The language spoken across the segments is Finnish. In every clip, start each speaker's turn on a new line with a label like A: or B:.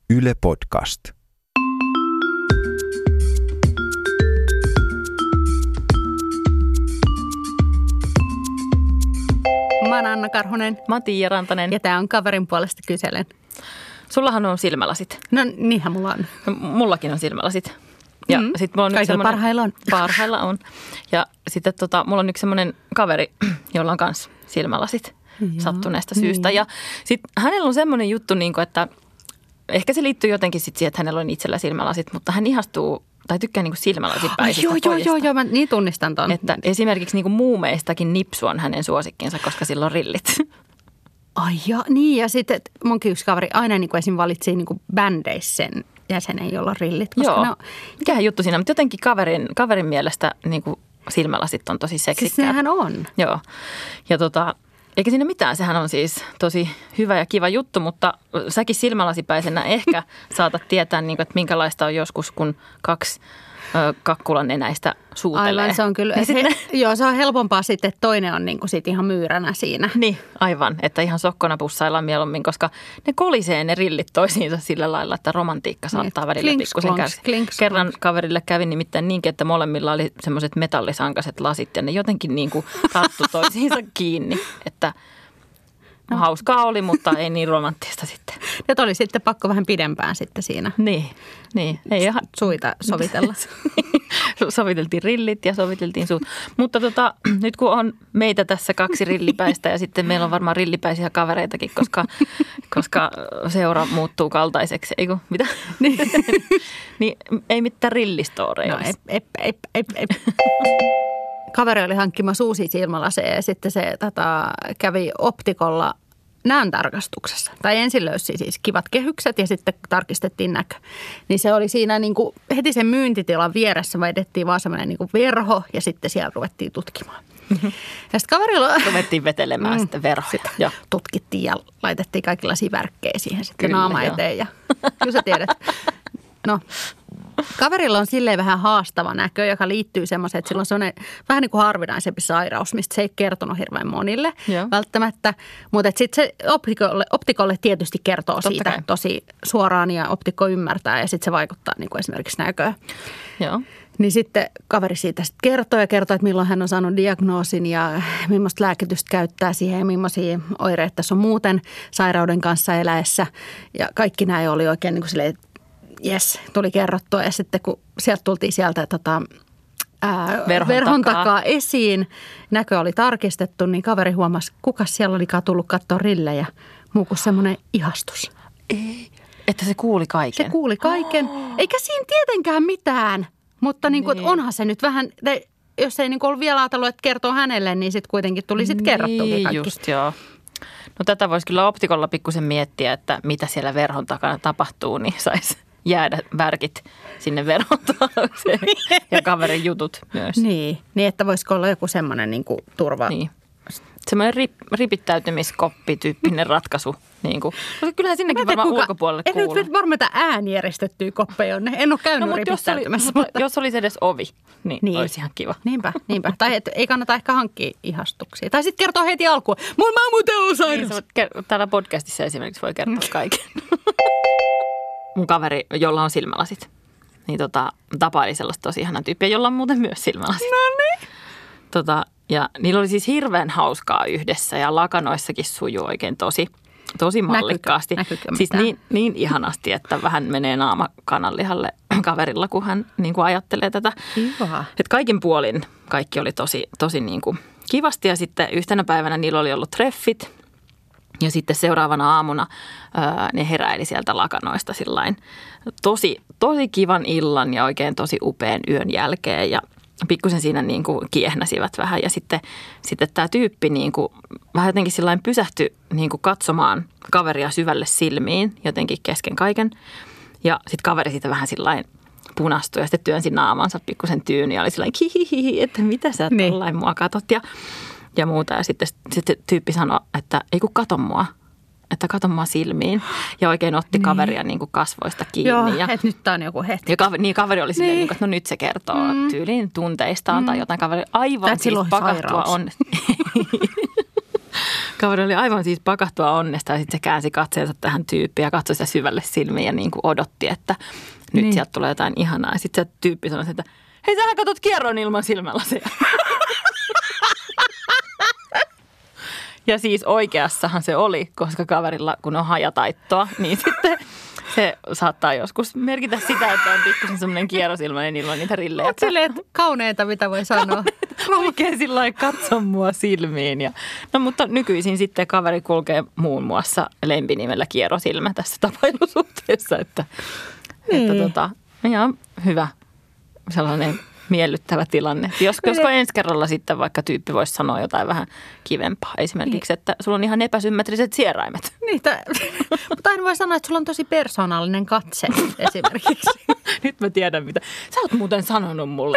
A: Yle Podcast.
B: Mä oon Anna Karhunen.
C: Mä oon Tiia Rantanen.
B: Ja tää on Kaverin puolesta kyselen.
C: Sullahan on silmälasit.
B: No niinhän mulla on.
C: Mullakin on silmälasit. Ja sit mulla on
B: kaikilla parhailla on.
C: Parhailla on. Ja sitten mulla on yksi semmoinen kaveri, jolla on kans silmälasit sattuneesta syystä. Niin. Ja sitten hänellä on semmoinen juttu, että ehkä se liittyy jotenkin sit siihen, että hänellä on itsellä silmälasit, mutta hän ihastuu tai tykkää silmälasipäisistä pojista.
B: Joo, mä niin tunnistan ton.
C: Että esimerkiksi muumeistakin Nipsu on hänen suosikkinsa, koska sillä on rillit.
B: Ai joo, niin ja sitten munkin yksi kaveri aina esim. Valitsi bändeissä sen jäsenen, jolla on rillit. Koska
C: joo, mikähän juttu siinä, mutta jotenkin kaverin mielestä silmälasit on tosi seksikkää.
B: Siis nehän on.
C: Joo, ja eikä siinä mitään, sehän on siis tosi hyvä ja kiva juttu, mutta säkin silmälasipäisenä ehkä saatat tietää, että minkälaista on joskus, kun kaksi kakkulan nenäistä suutelee.
B: Aivan, se on kyllä. Joo, se on helpompaa sitten, että toinen on sit ihan myyränä siinä.
C: Niin, aivan, että ihan sokkona pussaillaan mieluummin, koska ne kolisee ne rillit toisiinsa sillä lailla, että romantiikka saattaa välillä pikkusen kärsiä. Kerran kaverille kävi nimittäin niinkin, että molemmilla oli semmoiset metallisankaset lasit ja ne jotenkin tarttu toisiinsa kiinni, että hauskaa oli, mutta ei niin romanttista sitten.
B: Ja oli sitten pakko vähän pidempään sitten siinä.
C: Niin. Ei ihan
B: suita sovitella.
C: Soviteltiin rillit ja soviteltiin suut. Mutta nyt kun on meitä tässä kaksi rillipäistä ja sitten meillä on varmaan rillipäisiä kavereitakin, koska seura muuttuu kaltaiseksi. Eikö? Mitä? Niin ei mitään rillistooreja olisi.
B: Kaveri oli hankkimassa uusia silmälaseja ja sitten se kävi optikolla näöntarkastuksessa. Tai ensin löysi siis kivat kehykset ja sitten tarkistettiin näkö. Niin se oli siinä heti sen myyntitilan vieressä vaihdettiin vaan semmoinen verho ja sitten siellä ruvettiin tutkimaan. Mm-hmm. Ja sitten kaverilla
C: ruvettiin vetelemään sitten verhoja.
B: Sitten tutkittiin ja laitettiin kaikenlaisia värkkejä siihen sitten naama eteen. Ja kyllä sä tiedät. No, kaverilla on silleen vähän haastava näkö, joka liittyy semmoiseen, että sillä on semmoinen vähän harvinaisempi sairaus, mistä se ei kertonut hirveän monille välttämättä. Mutta sitten se optikolle tietysti kertoo totta siitä kai tosi suoraan ja optikko ymmärtää ja sitten se vaikuttaa esimerkiksi näköön.
C: Joo.
B: Niin sitten kaveri siitä kertoo, että milloin hän on saanut diagnoosin ja millaista lääkitystä käyttää siihen ja millaisia oireita tässä on muuten sairauden kanssa eläessä. Ja kaikki nämä oli oikein silleen, jes, tuli kerrottua ja sitten kun sieltä tultiin sieltä verhon takaa esiin, näkö oli tarkistettu, niin kaveri huomasi, kuka siellä olikaan tullut katsoa rillejä, muu kuin semmoinen ihastus.
C: Ei, että se kuuli kaiken.
B: Se kuuli kaiken, eikä siinä tietenkään mitään, mutta että onhan se nyt vähän, jos ei ollut vielä ajatellut, että kertoo hänelle, niin sitten kuitenkin tuli sitten kerrottukin kaikki.
C: Just joo. No tätä voisi kyllä optikolla pikkusen miettiä, että mitä siellä verhon takana tapahtuu, niin saisi jäädä värkit sinne verhon taakse ja kaverin jutut myös.
B: Niin, että voisiko olla joku semmoinen turva.
C: Niin. Semmoinen ripittäytymiskoppi-tyyppinen ratkaisu. Kyllähän sinnekin varmaan ulkopuolelle kuuluu.
B: En nyt varmaan äänieristettyä koppeja on. En ole käynyt ripittäytymässä.
C: Jos olisi edes ovi, niin olisi ihan kiva.
B: Niinpä. Tai ei kannata ehkä hankkia ihastuksia. Tai sitten kertoa heti alkuun, mä muuten on sairaus.
C: Täällä podcastissa esimerkiksi voi kertoa kaiken. Mun kaveri, jolla on silmälasit, niin tapaili sellaista tosi ihanan tyyppiä, jolla on muuten myös silmälasit.
B: No niin.
C: Ja niillä oli siis hirveän hauskaa yhdessä ja lakanoissakin sujuu oikein tosi mallikkaasti.
B: Näkyykö
C: siis niin ihanasti, että vähän menee naama kananlihalle kaverilla, kun hän ajattelee tätä. Että kaikin puolin kaikki oli tosi kivasti ja sitten yhtenä päivänä niillä oli ollut treffit. Ja sitten seuraavana aamuna ne heräili sieltä lakanoista sillain tosi kivan illan ja oikein tosi upean yön jälkeen. Ja pikkusen siinä kiehnäsivät vähän ja sitten tämä tyyppi vähän jotenkin sillain pysähtyi katsomaan kaveria syvälle silmiin jotenkin kesken kaiken. Ja sitten kaveri siitä vähän sillain punastui ja sitten työnsi naamansa pikkusen tyyny ja oli sillain hihihihi, että mitä sä tollain mua katot ja muuta. Ja sitten tyyppi sanoi, että ei kun kato mua silmiin. Ja oikein otti kaveria kasvoista kiinni.
B: Joo,
C: ja
B: että nyt tää on joku hetki.
C: Ja kaveri oli silleen, että no nyt se kertoo tyyliin tunteistaan tai jotain. Kaveri aivan siis pakattua on. Kaveri oli aivan siis pakahtua onnesta ja sitten se käänsi katseensa tähän tyyppiin ja katsoi sitä syvälle silmiin ja niin kuin odotti, että nyt sieltä tulee jotain ihanaa. Ja sitten se tyyppi sanoi, että hei sähän katsot kierron ilman silmälaseja. Ja siis oikeassahan se oli, koska kaverilla kun on hajataittoa, niin sitten se saattaa joskus merkitä sitä, että on pikkusen semmoinen kierrosilmäinen ilman niitä rillejä.
B: Oot silleen, kauneinta, mitä voi sanoa.
C: Oikein sillä lailla katso mua silmiin. No mutta nykyisin sitten kaveri kulkee muun muassa lempinimellä Kierrosilmä tässä tapailusuhteessa, että ihan hyvä sellainen miellyttävä tilanne. Josko ensi kerralla sitten vaikka tyyppi voisi sanoa jotain vähän kivempaa. Esimerkiksi, että sulla on ihan epäsymmetriset sieraimet.
B: Niin, mutta aina voi sanoa, että sulla on tosi persoonallinen katse esimerkiksi.
C: Nyt mä tiedän mitä. Sä oot muuten sanonut mulle.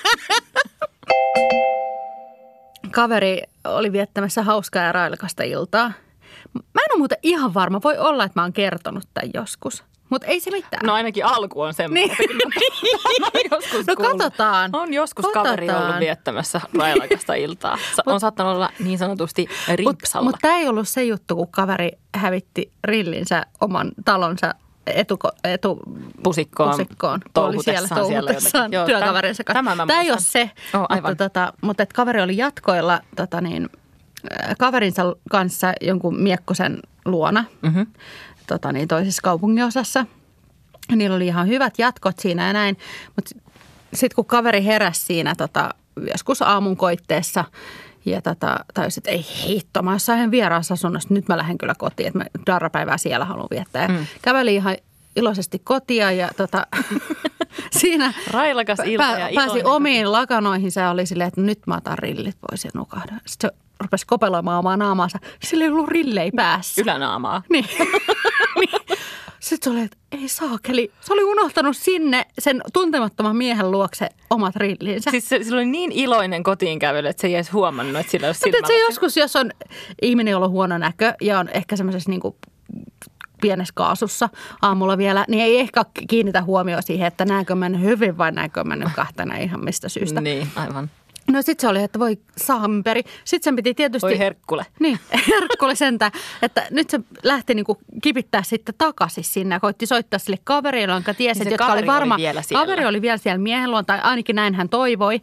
B: Kaveri oli viettämässä hauskaa ja railakasta iltaa. Mä en ole muuten ihan varma. Voi olla, että mä oon kertonut tämän joskus. Mutta ei se mitään.
C: No ainakin alku on semmoinen.
B: No katsotaan.
C: On joskus kaveri ollut viettämässä railakasta iltaa. On saattanut olla niin sanotusti rimpsalla.
B: Mutta tämä ei ollut se juttu, kun kaveri hävitti rillinsä oman talonsa
C: pusikkoon
B: oli siellä touhutessaan työkaverinsa kanssa. Tämä ei ole se, mutta että kaveri oli jatkoilla kaverinsa kanssa jonkun miekkosen luona toisessa kaupunginosassa. Niillä oli ihan hyvät jatkot siinä ja näin, mutta sitten kun kaveri heräsi siinä joskus aamun koitteessa ja tajusin, että ei hitto, mä jossain ihan vieraassa asunnossa, nyt mä lähden kyllä kotiin, että mä darrapäivää siellä haluan viettää. Ja käveli ihan iloisesti kotia ja siinä
C: railakas ilta ja
B: pääsi omiin lakanoihinsa ja oli silleen, että nyt mä otan rillit pois ja nukahdan. Sitten se rupesi kopeloimaan omaa naamaansa. Sillä ei ollut rillei päässä.
C: Ylänaamaa.
B: Niin. Sitten se oli, että ei saakeli. Se oli unohtanut sinne sen tuntemattoman miehen luokse omat rillinsä.
C: Siis se oli niin iloinen kotiin kävely, että se ei edes huomannut, että sillä olisi silmällä.
B: Se joskus, jos on ihminen, jolla on huono näkö ja on ehkä semmoisessa niin kuin pienessä kaasussa aamulla vielä, niin ei ehkä kiinnitä huomioon siihen, että näenkö mennyt hyvin vai näenkö mennyt kahtena ihan mistä syystä.
C: Niin, aivan.
B: No sitten se oli, että voi samperi. Sitten sen piti tietysti...
C: Voi herkkule.
B: Niin, herkkule sentään. Että nyt se lähti niinku kipittää sitten takaisin sinne ja koitti soittaa sille kaverille, jonka tiesi,
C: niin
B: jotka oli varma...
C: Kaveri
B: oli vielä siellä miehen luon, tai ainakin näin hän toivoi,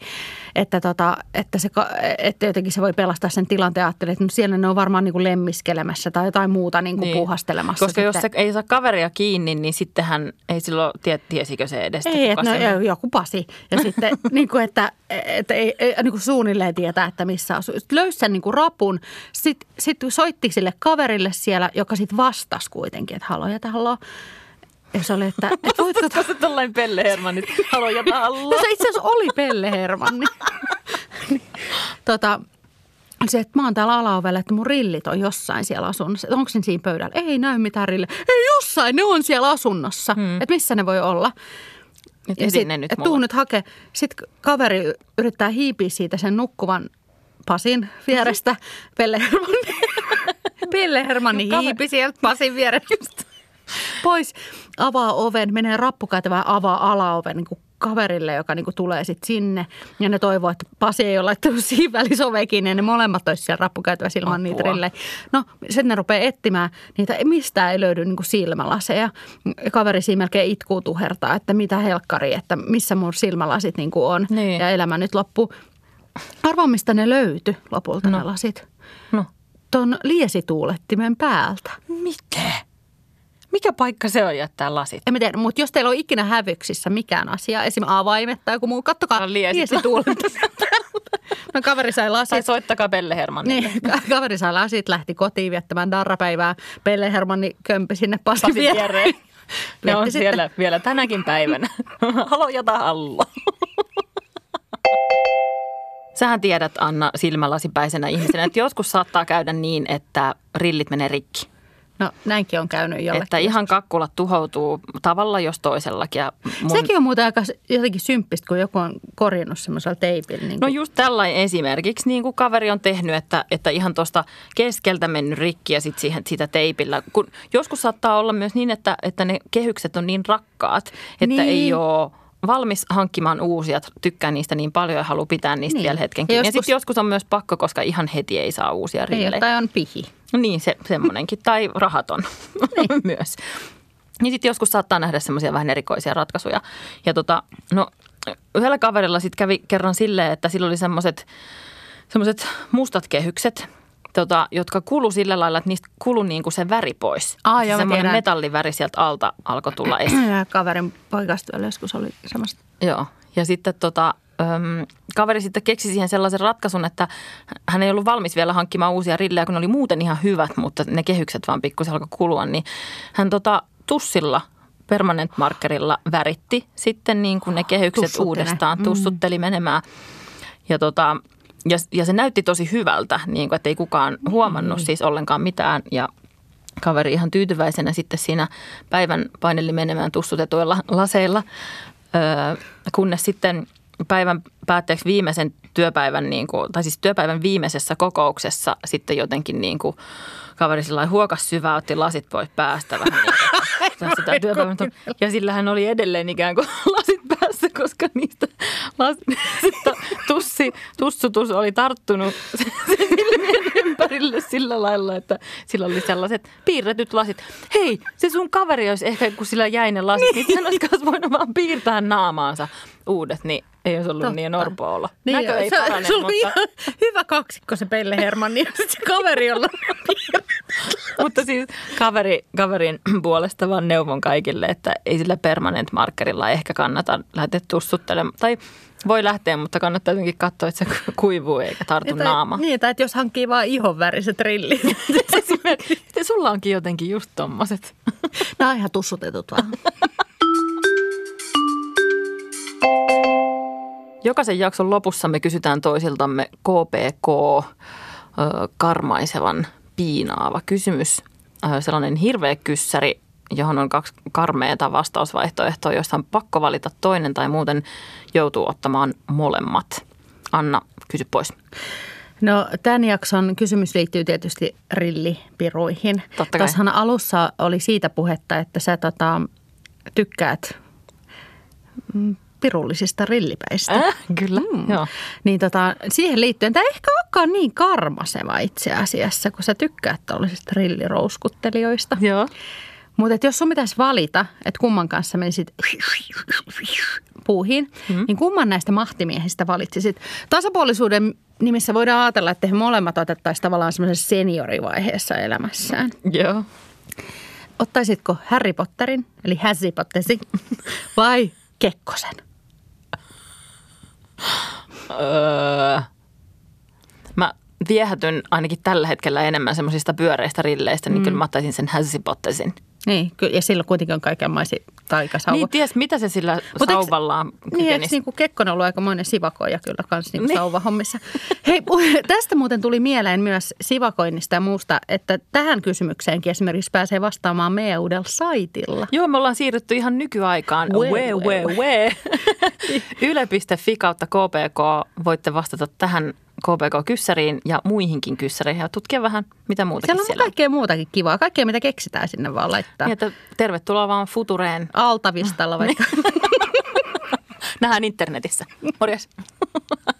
B: että jotenkin se voi pelastaa sen tilanteen. Ajattelin, että no siellä ne on varmaan niinku lemmiskelemässä tai jotain muuta niinku puuhastelemassa.
C: Koska jos se ei saa kaveria kiinni, niin sitten hän ei silloin tiesikö se edes.
B: Ei, että joku Pasi. Ja sitten niinku, että ei niin kuin suunnilleen tietää, että missä asuu. Sitten löysi sen niin kuin rapun. Sitten soitti sille kaverille siellä, joka sitten vastasi kuitenkin, että haloo. Ja se oli, että voitko...
C: Se tollainen Pelle Hermanni, haloo ja haloo.
B: No se itse asiassa oli Pelle Hermanni. Se, että mä oon täällä alaovella, että mun rillit on jossain siellä asunnossa. Onko ne siinä pöydällä? Ei näy mitään rillejä. Ei jossain, ne on siellä asunnossa. Että missä ne voi olla? Ja tuu nyt hake. Sitten kaveri yrittää hiipiä siitä sen nukkuvan Pasin vierestä. Pelle Hermanni hiipi sieltä Pasin vierestä pois. Avaa oven, menee rappukäytävään, avaa alaoven niin kuin kaverille, joka niin kuin tulee sitten sinne. Ja ne toivoo, että Pasi ei ole laittanut siinä välissä ovekin, ja ne molemmat olisi siellä rappukäytävässä ilman niitä rillejä. No, sitten ne rupeaa etsimään niitä. Mistään ei löydy niin kuin silmälaseja. Kaveri siinä melkein itkuu tuhertaa, että mitä helkkari, että missä mun silmälasit niin kuin on. Niin. Ja elämä nyt loppuu. Arvaa, mistä ne löytyi lopulta ne lasit.
C: No.
B: Ton liesituulettimen päältä.
C: Mitä? Mikä paikka se on jättää lasit?
B: En tiedä, mutta jos teillä on ikinä hävyksissä mikään asia, esimerkiksi avaimet tai joku muu, kattokaa liesituulettimen päältä. No kaveri sai lasit.
C: Tai soittakaa Pelle Hermannille.
B: Niin, kaveri sai lasit, lähti kotiin viettämään darrapäivää. Pelle Hermanni kömpi sinne Pasin viereen.
C: Ne on siellä vielä tänäkin päivänä. Halo jota hallo. Sähän tiedät, Anna, silmälasipäisenä ihmisenä, että joskus saattaa käydä niin, että rillit menee rikki.
B: No näinkin on käynyt jollekin.
C: Että ihan kakkulat tuhoutuu tavalla jos toisellakin.
B: Sekin on muuten aika jotenkin symppistä, kun joku on korjannut semmoisella teipillä. Niin
C: no just tällainen esimerkiksi, niin kuin kaveri on tehnyt, että ihan tuosta keskeltä mennyt rikki ja sitten sitä teipillä. Kun joskus saattaa olla myös niin, että ne kehykset on niin rakkaat, että ei ole valmis hankkimaan uusia, tykkää niistä niin paljon ja haluaa pitää niistä vielä hetkenkin. Ja sitten joskus on myös pakko, koska ihan heti ei saa uusia rillejä.
B: Tai on pihi.
C: No niin, semmoinenkin. Tai rahaton myös. Niin sitten joskus saattaa nähdä semmoisia vähän erikoisia ratkaisuja. Ja yhdellä kaverilla sitten kävi kerran silleen, että sillä oli semmoiset mustat kehykset, jotka kulu sillä lailla, että niistä kulu niinku se väri pois. Semmoinen metalliväri sieltä alta alkoi tulla esiin.
B: Kaverin poikastyöllä joskus oli semmoista.
C: Joo, ja sitten kaveri sitten keksi siihen sellaisen ratkaisun, että hän ei ollut valmis vielä hankkimaan uusia rillejä, kun ne oli muuten ihan hyvät, mutta ne kehykset vaan pikkusen alkoi kulua. Niin hän tussilla, permanent markerilla väritti sitten niin kuin ne kehykset uudestaan, tussutteli menemään. Ja se näytti tosi hyvältä, niin kuin, että ei kukaan huomannut siis ollenkaan mitään. Ja kaveri ihan tyytyväisenä sitten siinä päivän paineli menemään tussutetuilla laseilla, kunnes sitten päivän päätteeksi viimeisen työpäivän, työpäivän viimeisessä kokouksessa sitten jotenkin niin kuin kaveri sillä huokas syvää, otti lasit pois päästä vähän niin ja sillä hän oli edelleen ikään kuin lasit päässä, koska niistä tussutus oli tarttunut sen silmien ympärille sillä lailla, että sillä oli sellaiset piirretyt lasit. Hei, se sun kaveri olisi ehkä, kun sillä jäi ne lasit, niin hän olisi voinut vaan piirtää naamaansa uudet, niin ei olisi ollut niin orpoa olla.
B: Niin,
C: näkö ei parane,
B: sulla on ihan hyvä kaksikko se Pelle Hermanni ja se kaveri olla.
C: Mutta siis kaverin puolesta vaan neuvon kaikille, että ei sillä permanent markerilla ehkä kannata lähteä tussuttelemaan. Tai voi lähteä, mutta kannattaa jotenkin katsoa, että se kuivuu eikä tartu naamaan.
B: Niin, tai että jos hankkii vaan ihonväriset rillit.
C: Sitten sulla onkin jotenkin just tommoset.
B: Nämä on ihan tussutetut vaan.
C: Jokaisen jakson lopussa me kysytään toisiltamme KPK, karmaisevan piinaava kysymys. Sellainen hirveä kyssäri, johon on 2 karmeata vastausvaihtoehtoa, joista on pakko valita toinen tai muuten joutuu ottamaan molemmat. Anna, kysy pois.
B: No tämän jakson kysymys liittyy tietysti rillipiruihin.
C: Totta kai.
B: Tuossahan alussa oli siitä puhetta, että sä tykkäät pirullisista rillipäistä.
C: Kyllä, joo.
B: Niin siihen liittyen, tämä ei ehkä olekaan niin karmaseva itse asiassa, kun sä tykkäät tällaisista rillirouskuttelijoista.
C: Joo.
B: Mutta jos sun pitäisi valita, että kumman kanssa menisit puuhiin, niin kumman näistä mahtimiehistä valitsisit? Tasapuolisuuden nimissä voidaan ajatella, että he molemmat otettaisiin tavallaan semmoisessa seniorivaiheessa elämässään.
C: Joo.
B: Ottaisitko Harry Potterin, eli Hässi Pottersin, vai Kekkosen?
C: Mä viehätyn ainakin tällä hetkellä enemmän semmoisista pyöreistä rilleistä, niin kyllä mä ottaisin sen Harry Pottersin.
B: Niin, ja sillä kuitenkin on kaikenlaisia taikasauva.
C: Niin, ties mitä se sillä sauvallaan kykenisi.
B: Niin, eikö niin kuin Kekkonen ollut aikamoinen sivakoija kyllä kans niin kuin sauvahommissa. Hei, tästä muuten tuli mieleen myös sivakoinnista ja muusta, että tähän kysymykseenkin esimerkiksi pääsee vastaamaan meidän uudella saitilla.
C: Joo, me ollaan siirrytty ihan nykyaikaan. Yle.fi kautta KPK voitte vastata tähän KPK-kyssäriin ja muihinkin kyssäreihin ja tutkia vähän, mitä muutakin siellä on.
B: Siellä on kaikkea muutakin kivaa. Kaikkea, mitä keksitään sinne vaan laittaa.
C: Niin, että tervetuloa vaan Futureen.
B: Altavistalla vaikka.
C: Nähdään internetissä. Morjes.